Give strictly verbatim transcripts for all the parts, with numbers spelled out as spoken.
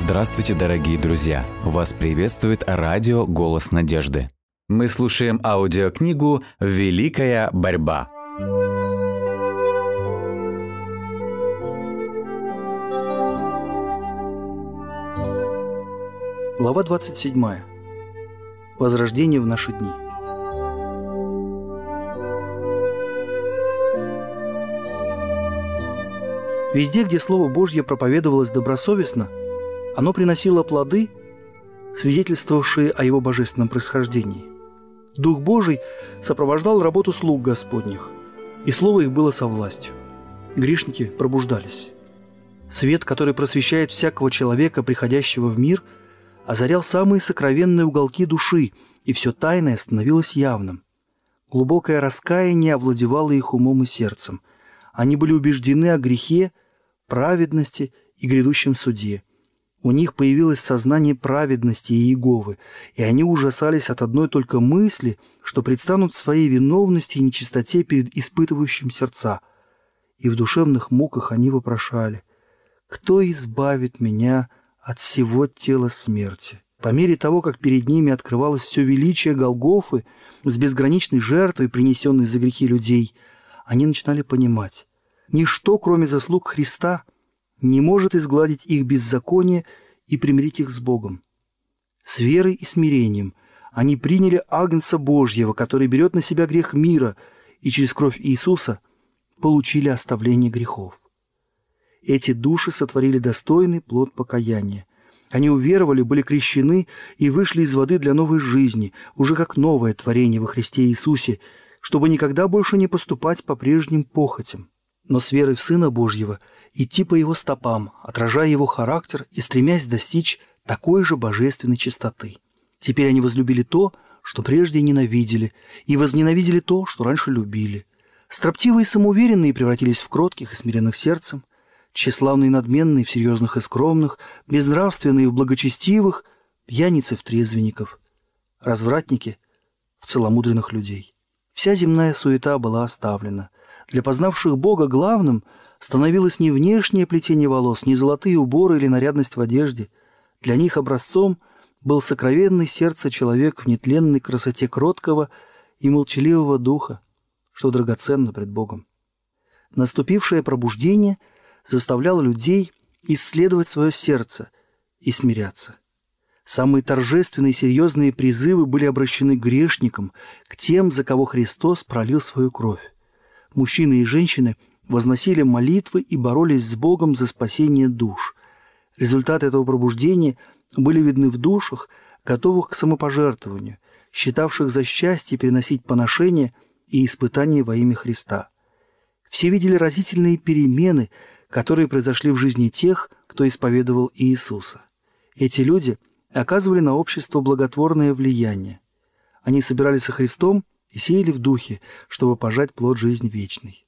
Здравствуйте, дорогие друзья! Вас приветствует радио «Голос надежды». Мы слушаем аудиокнигу «Великая борьба». Глава двадцать седьмая. Возрождение в наши дни. Везде, где Слово Божье проповедовалось добросовестно, оно приносило плоды, свидетельствовавшие о его божественном происхождении. Дух Божий сопровождал работу слуг Господних, и слово их было со властью. Грешники пробуждались. Свет, который просвещает всякого человека, приходящего в мир, озарял самые сокровенные уголки души, и все тайное становилось явным. Глубокое раскаяние овладевало их умом и сердцем. Они были убеждены о грехе, праведности и грядущем суде. У них появилось сознание праведности и Иеговы, и они ужасались от одной только мысли, что предстанут в своей виновности и нечистоте перед испытывающим сердца. И в душевных муках они вопрошали: «Кто избавит меня от всего тела смерти?» По мере того, как перед ними открывалось все величие Голгофы с безграничной жертвой, принесенной за грехи людей, они начинали понимать: ничто, кроме заслуг Христа, не может изгладить их беззаконие и примирить их с Богом. С верой и смирением они приняли Агнца Божьего, который берет на себя грех мира, и через кровь Иисуса получили оставление грехов. Эти души сотворили достойный плод покаяния. Они уверовали, были крещены и вышли из воды для новой жизни, уже как новое творение во Христе Иисусе, чтобы никогда больше не поступать по прежним похотям, но с верой в Сына Божьего идти по Его стопам, отражая Его характер и стремясь достичь такой же божественной чистоты. Теперь они возлюбили то, что прежде ненавидели, и возненавидели то, что раньше любили. Строптивые и самоуверенные превратились в кротких и смиренных сердцем, тщеславные и надменные в серьезных и скромных, безнравственные в благочестивых, пьяницы в трезвенников, развратники в целомудренных людей. Вся земная суета была оставлена. Для познавших Бога главным становилось не внешнее плетение волос, не золотые уборы или нарядность в одежде. Для них образцом был сокровенный сердце человек в нетленной красоте кроткого и молчаливого духа, что драгоценно пред Богом. Наступившее пробуждение заставляло людей исследовать свое сердце и смиряться. Самые торжественные и серьезные призывы были обращены к грешникам, к тем, за кого Христос пролил свою кровь. Мужчины и женщины возносили молитвы и боролись с Богом за спасение душ. Результаты этого пробуждения были видны в душах, готовых к самопожертвованию, считавших за счастье переносить поношения и испытания во имя Христа. Все видели разительные перемены, которые произошли в жизни тех, кто исповедовал Иисуса. Эти люди оказывали на общество благотворное влияние. Они собирались со Христом и сеяли в духе, чтобы пожать плод жизни вечной.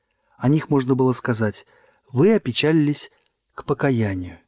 О них можно было сказать: «Вы опечалились к покаянию».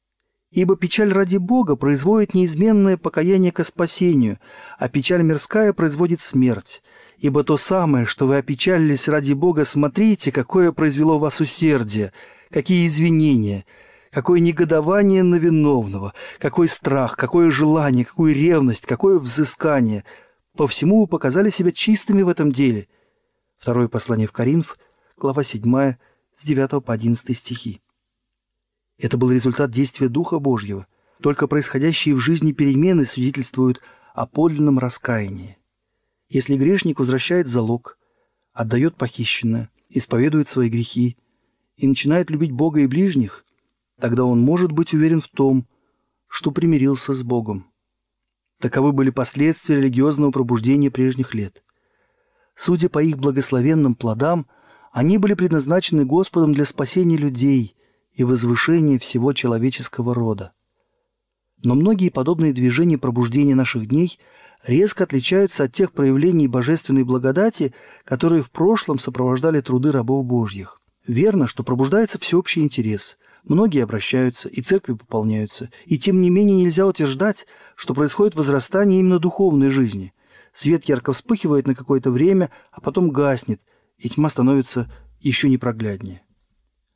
Ибо печаль ради Бога производит неизменное покаяние ко спасению, а печаль мирская производит смерть. Ибо то самое, что вы опечалились ради Бога, смотрите, какое произвело в вас усердие, какие извинения, какое негодование на виновного, какой страх, какое желание, какую ревность, какое взыскание. По всему вы показали себя чистыми в этом деле. Второе послание в Коринф, глава седьмая, с девятого по одиннадцатый стихи. Это был результат действия Духа Божьего. Только происходящие в жизни перемены свидетельствуют о подлинном раскаянии. Если грешник возвращает залог, отдает похищенное, исповедует свои грехи и начинает любить Бога и ближних, тогда он может быть уверен в том, что примирился с Богом. Таковы были последствия религиозного пробуждения прежних лет. Судя по их благословенным плодам, они были предназначены Господом для спасения людей и возвышения всего человеческого рода. Но многие подобные движения пробуждения наших дней резко отличаются от тех проявлений божественной благодати, которые в прошлом сопровождали труды рабов Божьих. Верно, что пробуждается всеобщий интерес. Многие обращаются, и церкви пополняются. И тем не менее нельзя утверждать, что происходит возрастание именно духовной жизни. Свет ярко вспыхивает на какое-то время, а потом гаснет, и тьма становится еще непрогляднее.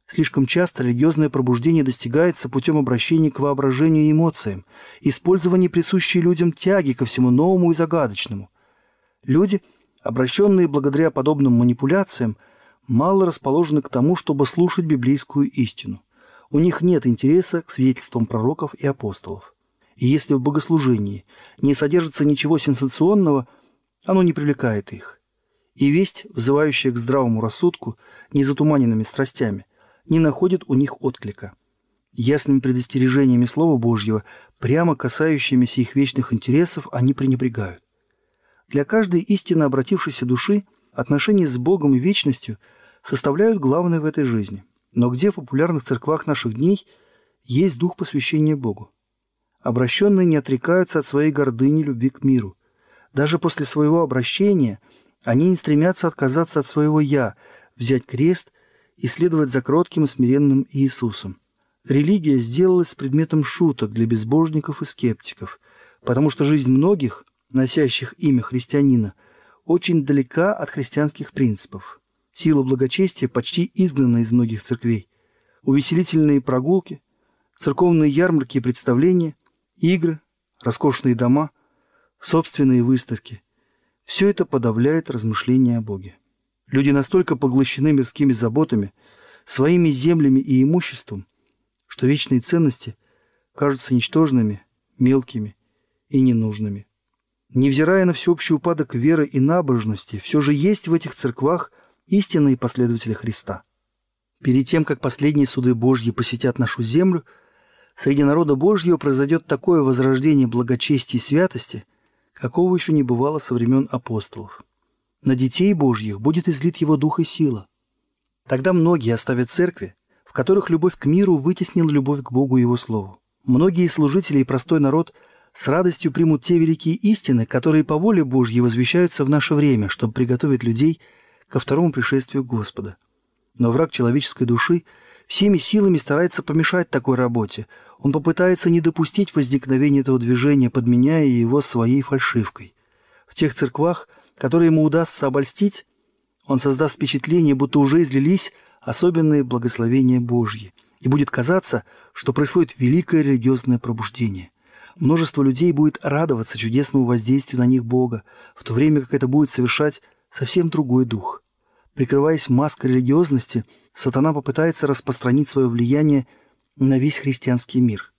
Слишком часто религиозное пробуждение достигается путем обращения к воображению и эмоциям, использования присущей людям тяги ко всему новому и загадочному. Люди, обращенные благодаря подобным манипуляциям, мало расположены к тому, чтобы слушать библейскую истину. У них нет интереса к свидетельствам пророков и апостолов. И если в богослужении не содержится ничего сенсационного, оно не привлекает их. И весть, взывающая к здравому рассудку, незатуманенными страстями, не находит у них отклика. Ясными предостережениями Слова Божьего, прямо касающимися их вечных интересов, они пренебрегают. Для каждой истинно обратившейся души отношения с Богом и вечностью составляют главное в этой жизни. Но где в популярных церквах наших дней есть дух посвящения Богу? Обращенные не отрекаются от своей гордыни любви к миру. Даже после своего обращения они не стремятся отказаться от своего «я», взять крест и следовать за кротким и смиренным Иисусом. Религия сделалась предметом шуток для безбожников и скептиков, потому что жизнь многих, носящих имя христианина, очень далека от христианских принципов. Сила благочестия почти изгнана из многих церквей. Увеселительные прогулки, церковные ярмарки и представления, игры, роскошные дома, собственные выставки – все это подавляет размышления о Боге. Люди настолько поглощены мирскими заботами, своими землями и имуществом, что вечные ценности кажутся ничтожными, мелкими и ненужными. Невзирая на всеобщий упадок веры и набожности, все же есть в этих церквах истинные последователи Христа. Перед тем, как последние суды Божьи посетят нашу землю, среди народа Божьего произойдет такое возрождение благочестия и святости, какого еще не бывало со времен апостолов. На детей Божьих будет излит Его Дух и сила. Тогда многие оставят церкви, в которых любовь к миру вытеснила любовь к Богу и Его Слову. Многие служители и простой народ с радостью примут те великие истины, которые по воле Божьей возвещаются в наше время, чтобы приготовить людей ко второму пришествию Господа. Но враг человеческой души всеми силами старается помешать такой работе. Он попытается не допустить возникновения этого движения, подменяя его своей фальшивкой. В тех церквах, которые ему удастся обольстить, он создаст впечатление, будто уже излились особенные благословения Божьи, и будет казаться, что происходит великое религиозное пробуждение. Множество людей будет радоваться чудесному воздействию на них Бога, в то время как это будет совершать совсем другой дух. Прикрываясь маской религиозности, сатана попытается распространить свое влияние на весь христианский мир.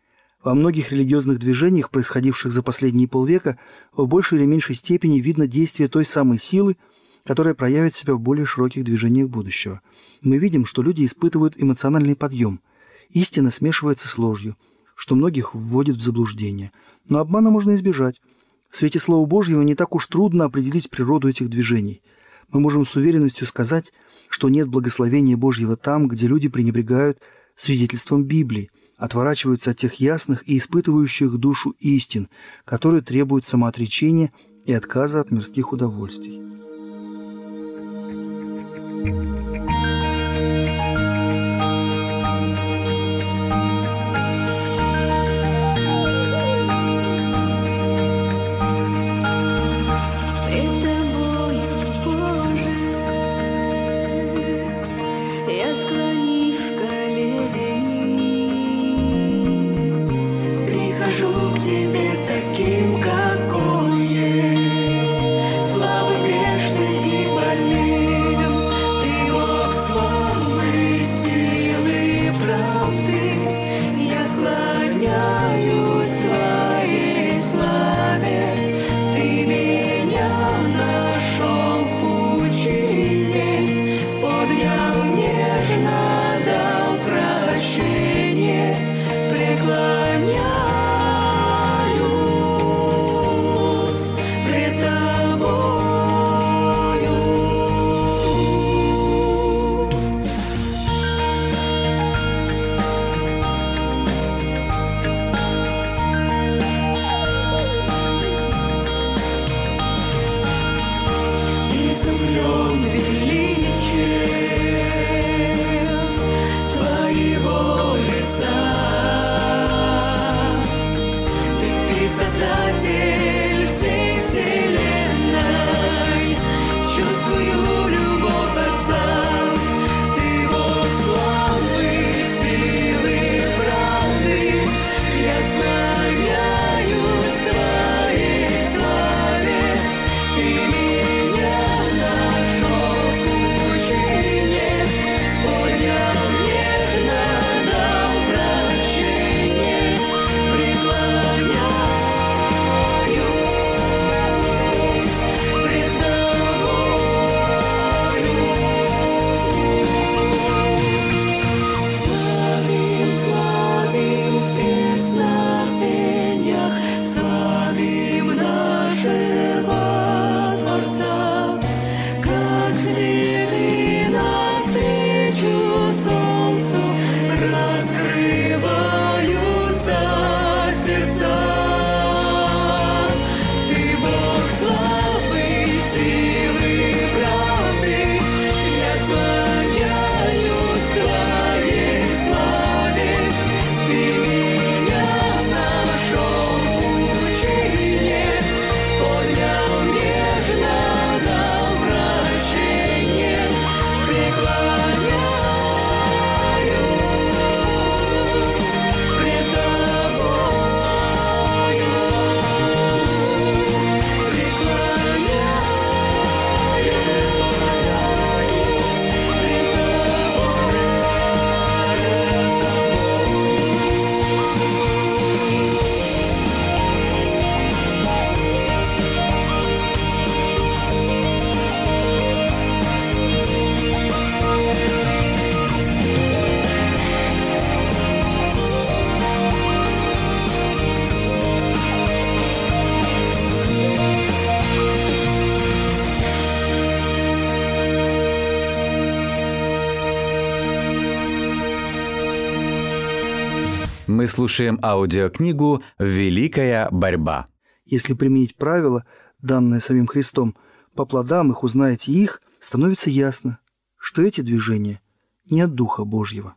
Во многих религиозных движениях, происходивших за последние полвека, в большей или меньшей степени видно действие той самой силы, которая проявит себя в более широких движениях будущего. Мы видим, что люди испытывают эмоциональный подъем. Истина смешивается с ложью, что многих вводит в заблуждение. Но обмана можно избежать. В свете Слова Божьего не так уж трудно определить природу этих движений. Мы можем с уверенностью сказать, что нет благословения Божьего там, где люди пренебрегают свидетельством Библии, отворачиваются от тех ясных и испытывающих душу истин, которые требуют самоотречения и отказа от мирских удовольствий. Слабым, грешным и больным ты Мы слушаем аудиокнигу «Великая борьба». Если применить правила, данные самим Христом, по плодам их узнаете их, становится ясно, что эти движения не от Духа Божьего.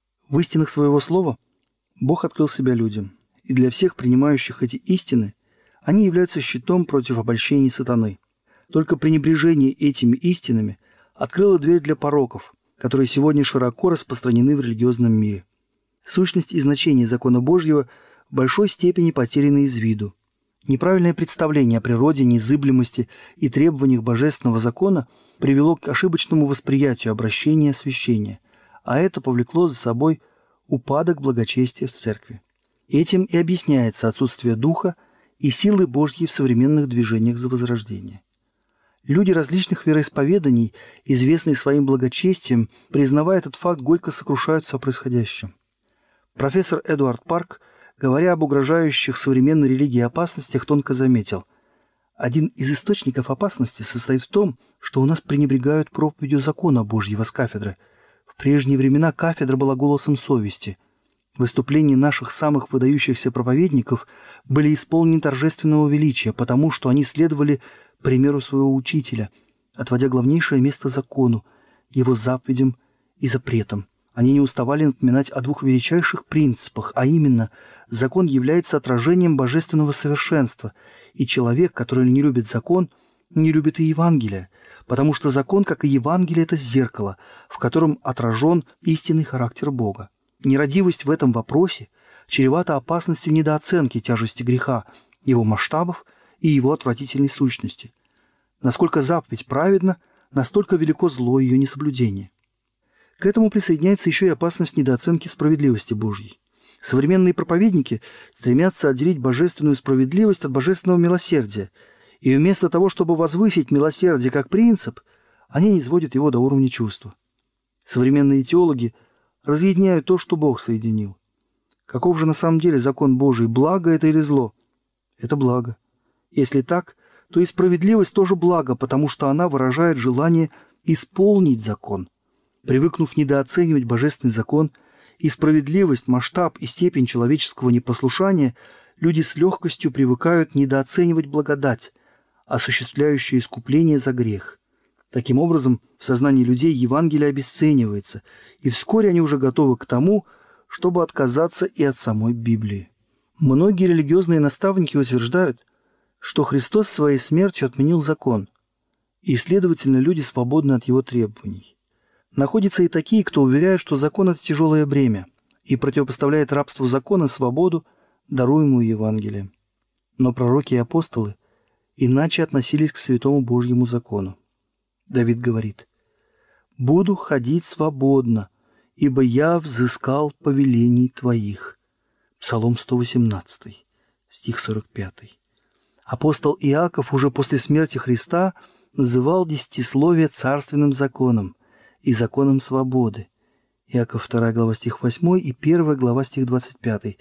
В истинах своего слова Бог открыл себя людям, и для всех принимающих эти истины они являются щитом против обольщений сатаны. Только пренебрежение этими истинами открыло дверь для пороков, которые сегодня широко распространены в религиозном мире. Сущность и значение закона Божьего в большой степени потеряны из виду. Неправильное представление о природе, незыблемости и требованиях божественного закона привело к ошибочному восприятию обращения и освящения, а это повлекло за собой упадок благочестия в церкви. Этим и объясняется отсутствие духа и силы Божьей в современных движениях за возрождение. Люди различных вероисповеданий, известные своим благочестием, признавая этот факт, горько сокрушаются о происходящем. Профессор Эдуард Парк, говоря об угрожающих современной религии опасностях, тонко заметил: один из источников опасности состоит в том, что у нас пренебрегают проповедью закона Божьего с кафедры. В прежние времена кафедра была голосом совести. Выступления наших самых выдающихся проповедников были исполнены торжественного величия, потому что они следовали примеру своего учителя, отводя главнейшее место закону, его заповедям и запретам. Они не уставали напоминать о двух величайших принципах, а именно, закон является отражением божественного совершенства, и человек, который не любит закон, не любит и Евангелие, потому что закон, как и Евангелие, это зеркало, в котором отражен истинный характер Бога. Нерадивость в этом вопросе чревата опасностью недооценки тяжести греха, его масштабов и его отвратительной сущности. Насколько заповедь праведна, настолько велико зло ее несоблюдения. К этому присоединяется еще и опасность недооценки справедливости Божьей. Современные проповедники стремятся отделить божественную справедливость от божественного милосердия, и вместо того, чтобы возвысить милосердие как принцип, они низводят его до уровня чувства. Современные теологи разъединяют то, что Бог соединил. Каков же на самом деле закон Божий, благо это или зло? Это благо. Если так, то и справедливость тоже благо, потому что она выражает желание исполнить закон. Привыкнув недооценивать божественный закон и справедливость, масштаб и степень человеческого непослушания, люди с легкостью привыкают недооценивать благодать, осуществляющую искупление за грех. Таким образом, в сознании людей Евангелие обесценивается, и вскоре они уже готовы к тому, чтобы отказаться и от самой Библии. Многие религиозные наставники утверждают, что Христос своей смертью отменил закон, и, следовательно, люди свободны от его требований. Находятся и такие, кто уверяет, что закон – это тяжелое бремя, и противопоставляет рабству закона свободу, даруемую Евангелием. Но пророки и апостолы иначе относились к святому Божьему закону. Давид говорит: «Буду ходить свободно, ибо я взыскал повелений твоих». Псалом сто восемнадцатый, стих сорок пятый. Апостол Иаков уже после смерти Христа называл десятисловие царственным законом и законом свободы. Иаков вторая глава стих восьмой и первая глава стих двадцать пятый.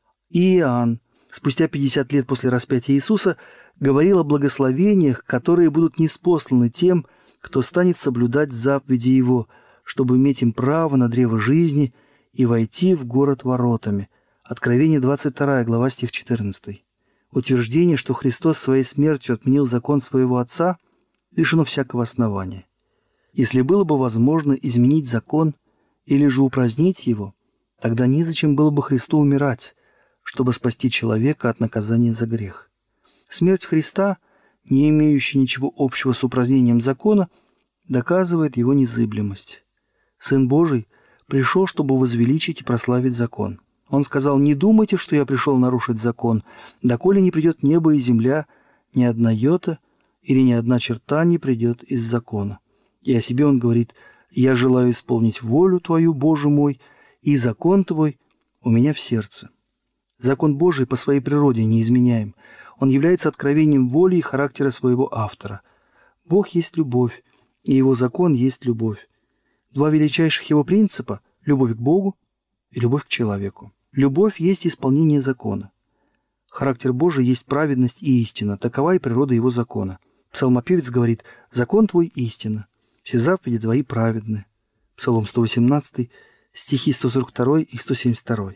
И Иоанн, спустя пятьдесят лет после распятия Иисуса, говорил о благословениях, которые будут ниспосланы тем, кто станет соблюдать заповеди Его, чтобы иметь им право на древо жизни и войти в город воротами. Откровение двадцать вторая глава стих четырнадцатый. Утверждение, что Христос своей смертью отменил закон своего Отца, лишено всякого основания. Если было бы возможно изменить закон или же упразднить его, тогда незачем было бы Христу умирать, чтобы спасти человека от наказания за грех. Смерть Христа, не имеющая ничего общего с упразднением закона, доказывает его незыблемость. Сын Божий пришел, чтобы возвеличить и прославить закон. Он сказал: «Не думайте, что я пришел нарушить закон, доколе не придет небо и земля, ни одна йота или ни одна черта не придет из закона». И о себе он говорит: «Я желаю исполнить волю Твою, Боже мой, и закон Твой у меня в сердце». Закон Божий по своей природе неизменяем. Он является откровением воли и характера своего автора. Бог есть любовь, и Его закон есть любовь. Два величайших Его принципа – любовь к Богу и любовь к человеку. Любовь есть исполнение закона. Характер Божий есть праведность и истина, такова и природа Его закона. Псалмопевец говорит: «Закон Твой – истина, все заповеди Твои праведны». Псалом сто восемнадцатый, стихи сто сорок два и сто семьдесят два.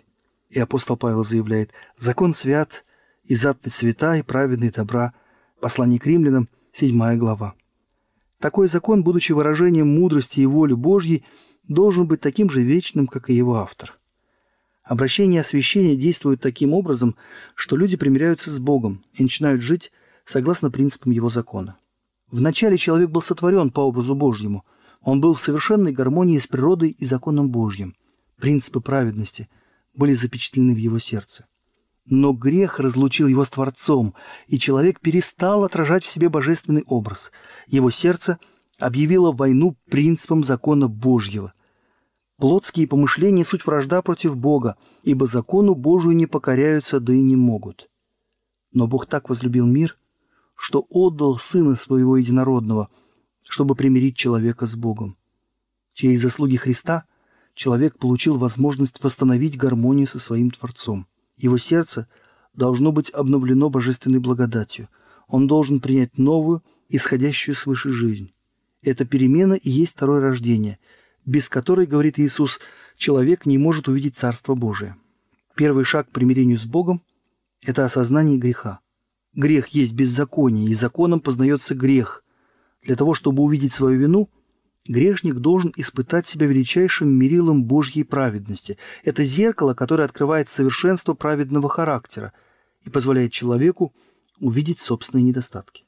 И апостол Павел заявляет: «Закон свят, и заповедь свята, и праведна, и добра». Послание к римлянам, седьмая глава. Такой закон, будучи выражением мудрости и воли Божьей, должен быть таким же вечным, как и его автор. Обращение и освящение действуют таким образом, что люди примиряются с Богом и начинают жить согласно принципам его закона. Вначале человек был сотворен по образу Божьему. Он был в совершенной гармонии с природой и законом Божьим. Принципы праведности были запечатлены в его сердце. Но грех разлучил его с Творцом, и человек перестал отражать в себе божественный образ. Его сердце объявило войну принципам закона Божьего. Плотские помышления – суть вражда против Бога, ибо закону Божию не покоряются, да и не могут. Но Бог так возлюбил мир, что отдал Сына Своего Единородного, чтобы примирить человека с Богом. Через заслуги Христа человек получил возможность восстановить гармонию со своим Творцом. Его сердце должно быть обновлено божественной благодатью. Он должен принять новую, исходящую свыше жизнь. Эта перемена и есть второе рождение, без которой, говорит Иисус, человек не может увидеть Царство Божие. Первый шаг к примирению с Богом – это осознание греха. Грех есть беззаконие, и законом познается грех. Для того, чтобы увидеть свою вину, грешник должен испытать себя величайшим мерилом Божьей праведности. Это зеркало, которое открывает совершенство праведного характера и позволяет человеку увидеть собственные недостатки.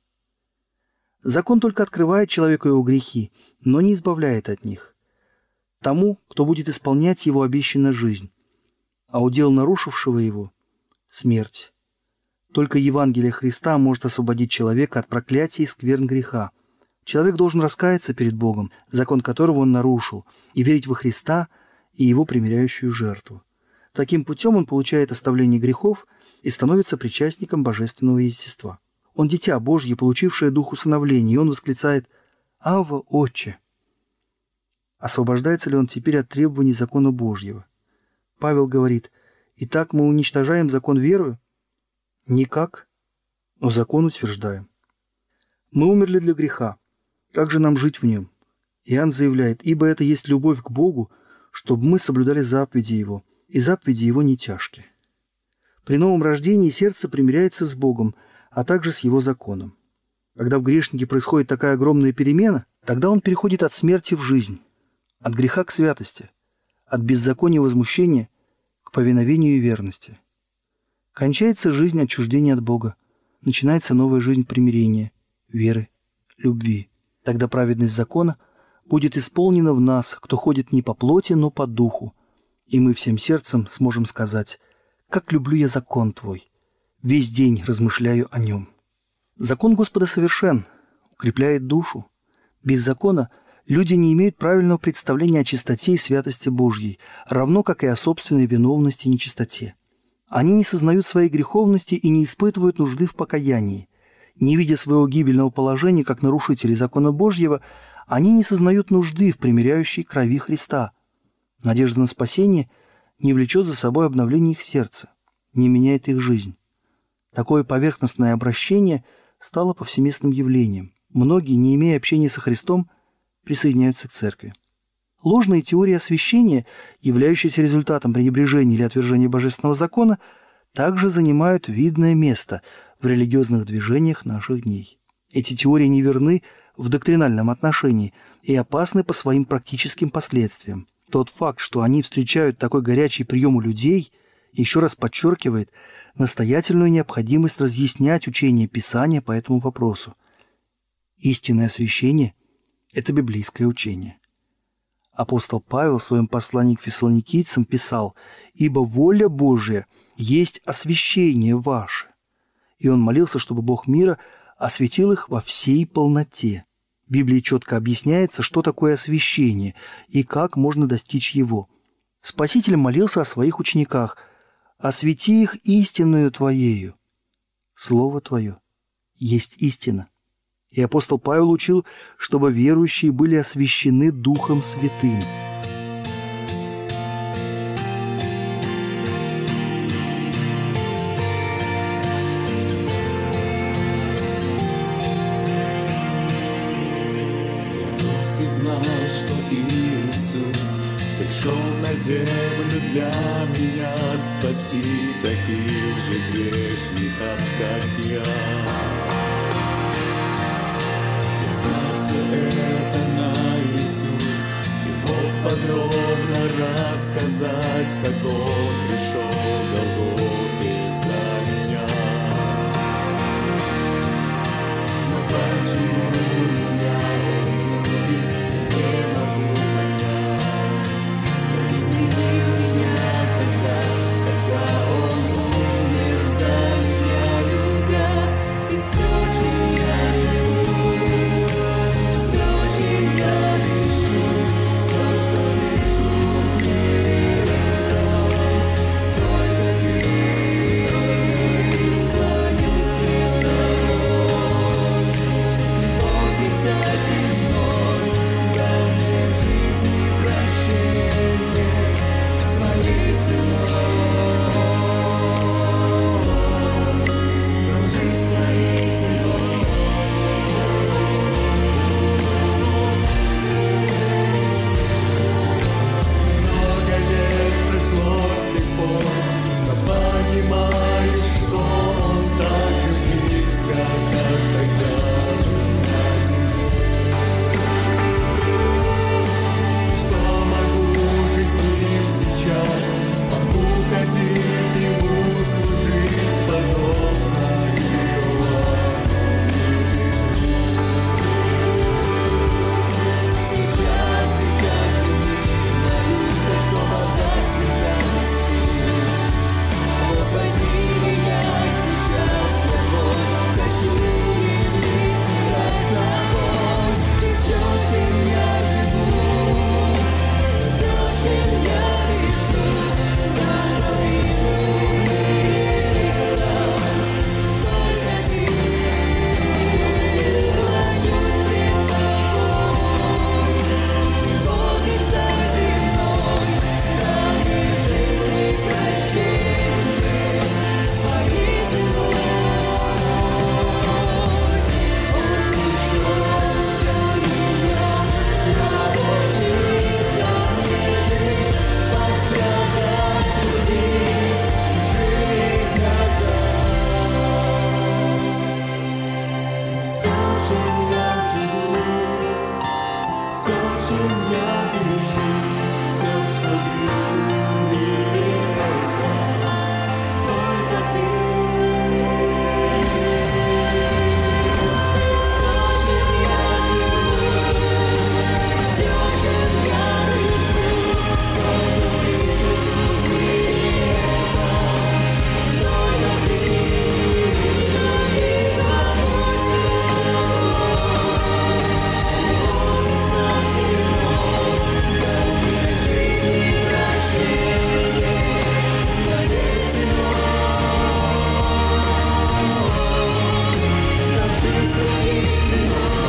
Закон только открывает человеку его грехи, но не избавляет от них. Тому, кто будет исполнять его, обещана жизнь, а удел нарушившего его – смерть. Только Евангелие Христа может освободить человека от проклятия и скверн греха. Человек должен раскаяться перед Богом, закон которого он нарушил, и верить во Христа и его примиряющую жертву. Таким путем он получает оставление грехов и становится причастником божественного естества. Он дитя Божье, получившее дух усыновления, и он восклицает: «Авва, Отче!» Освобождается ли он теперь от требований закона Божьего? Павел говорит: «Итак, мы уничтожаем закон верою?» Никак, но закон утверждаем. Мы умерли для греха. Как же нам жить в нем? Иоанн заявляет: «Ибо это есть любовь к Богу, чтобы мы соблюдали заповеди Его, и заповеди Его не тяжкие». При новом рождении сердце примиряется с Богом, а также с Его законом. Когда в грешнике происходит такая огромная перемена, тогда он переходит от смерти в жизнь, от греха к святости, от беззакония и возмущения к повиновению и верности. Кончается жизнь отчуждения от Бога, начинается новая жизнь примирения, веры, любви. Тогда праведность закона будет исполнена в нас, кто ходит не по плоти, но по духу, и мы всем сердцем сможем сказать: «Как люблю я закон Твой! Весь день размышляю о нем». Закон Господа совершен, укрепляет душу. Без закона люди не имеют правильного представления о чистоте и святости Божьей, равно как и о собственной виновности и нечистоте. Они не сознают своей греховности и не испытывают нужды в покаянии. Не видя своего гибельного положения как нарушителей закона Божьего, они не сознают нужды в примиряющей крови Христа. Надежда на спасение не влечет за собой обновление их сердца, не меняет их жизнь. Такое поверхностное обращение стало повсеместным явлением. Многие, не имея общения со Христом, присоединяются к церкви. Ложные теории освящения, являющиеся результатом пренебрежения или отвержения божественного закона, также занимают видное место в религиозных движениях наших дней. Эти теории неверны в доктринальном отношении и опасны по своим практическим последствиям. Тот факт, что они встречают такой горячий прием у людей, еще раз подчеркивает настоятельную необходимость разъяснять учение Писания по этому вопросу. Истинное освящение – это библейское учение. Апостол Павел в своем послании к фессалоникийцам писал: «Ибо воля Божия есть освящение ваше». И он молился, чтобы Бог мира осветил их во всей полноте. В Библии четко объясняется, что такое освящение и как можно достичь его. Спаситель молился о своих учениках: «Освети их истинною Твоею». Слово Твое есть истина. И апостол Павел учил, чтобы верующие были освящены Духом Святым. Знал, что Иисус пришел на землю для меня спасти таких же грешников, как я. Я знал все это наизусть и мог подробно рассказать, как Он пришел в Голгофе за меня. Но почему меня Он любит, я не могу понять. Он изменил меня тогда, когда Он умер за меня, любя. И все, чем я живу, все, чем я дышу, все, что лежу в мире этом, только Ты, только Ты склонюсь пред Тобой. Любовь Отца земной дал мне жизнь и прощение своей ценой. Дал жизнь своей ценой. Много лет прошло с тех пор, но понимаю, что Он так же близко, как тогда был на земле. Что могу жить с Ним сейчас, могу ходить Ему служить, подобно Иоанну. Сейчас и каждый миг молюсь, что отдаст себя Господь. Вот возьми меня сейчас, я Бог, хочу им жизнь дать тобой. И все, чем я живу, все, чем я дышу, все, что вижу в мире этом, только Ты, Ты склонюсь пред Тобой. Любовь Отца земной дал мне жизнь и прощение своей ценой. Он пришел для меня, научить ко мне жить, пострадать, любить, жизнь отдать. Все, чем я живу, все, чем я дышу, все, что вижу в мире этом, только Ты. Все, чем я живу, все, чем я дышу, все, что вижу в мире этом, только Ты. Ты Господь святой, любовь Отца земной дал мне жизнь и прощение своей ценой. Дал жизнь своей ценой.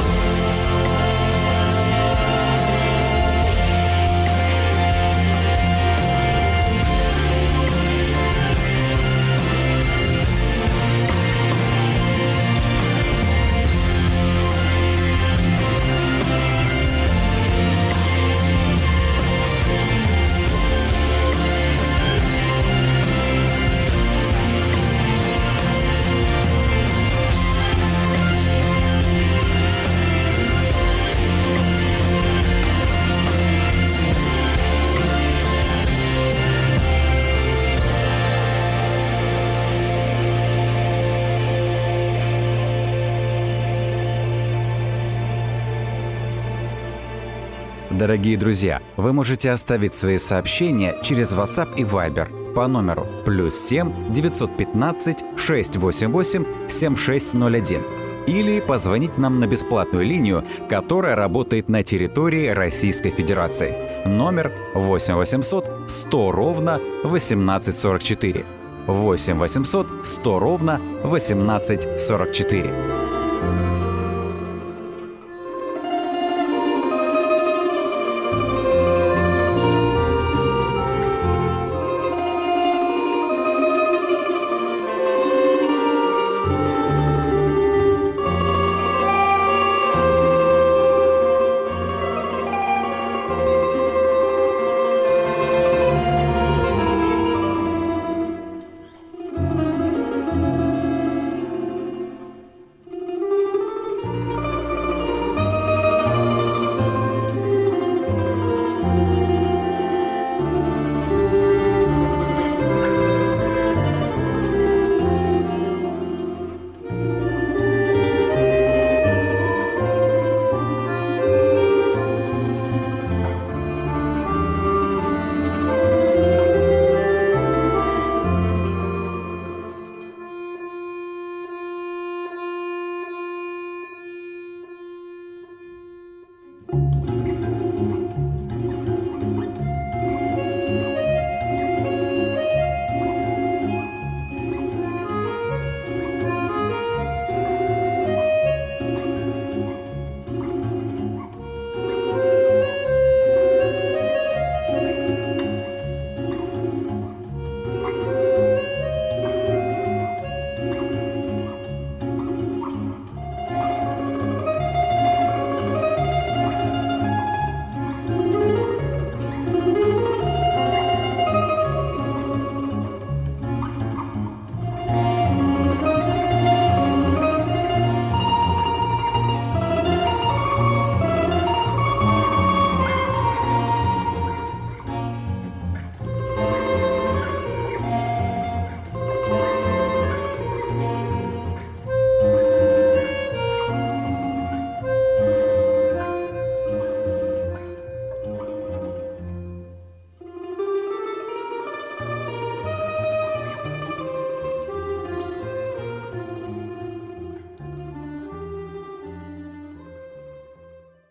Дорогие друзья, вы можете оставить свои сообщения через WhatsApp и Viber по номеру плюс семь девятьсот пятнадцать шестьсот восемьдесят восемь семьдесят шесть ноль один или позвонить нам на бесплатную линию, которая работает на территории Российской Федерации. Номер восемь восемьсот сто ровно восемнадцать сорок четыре. восемь восемьсот сто ровно восемнадцать сорок четыре.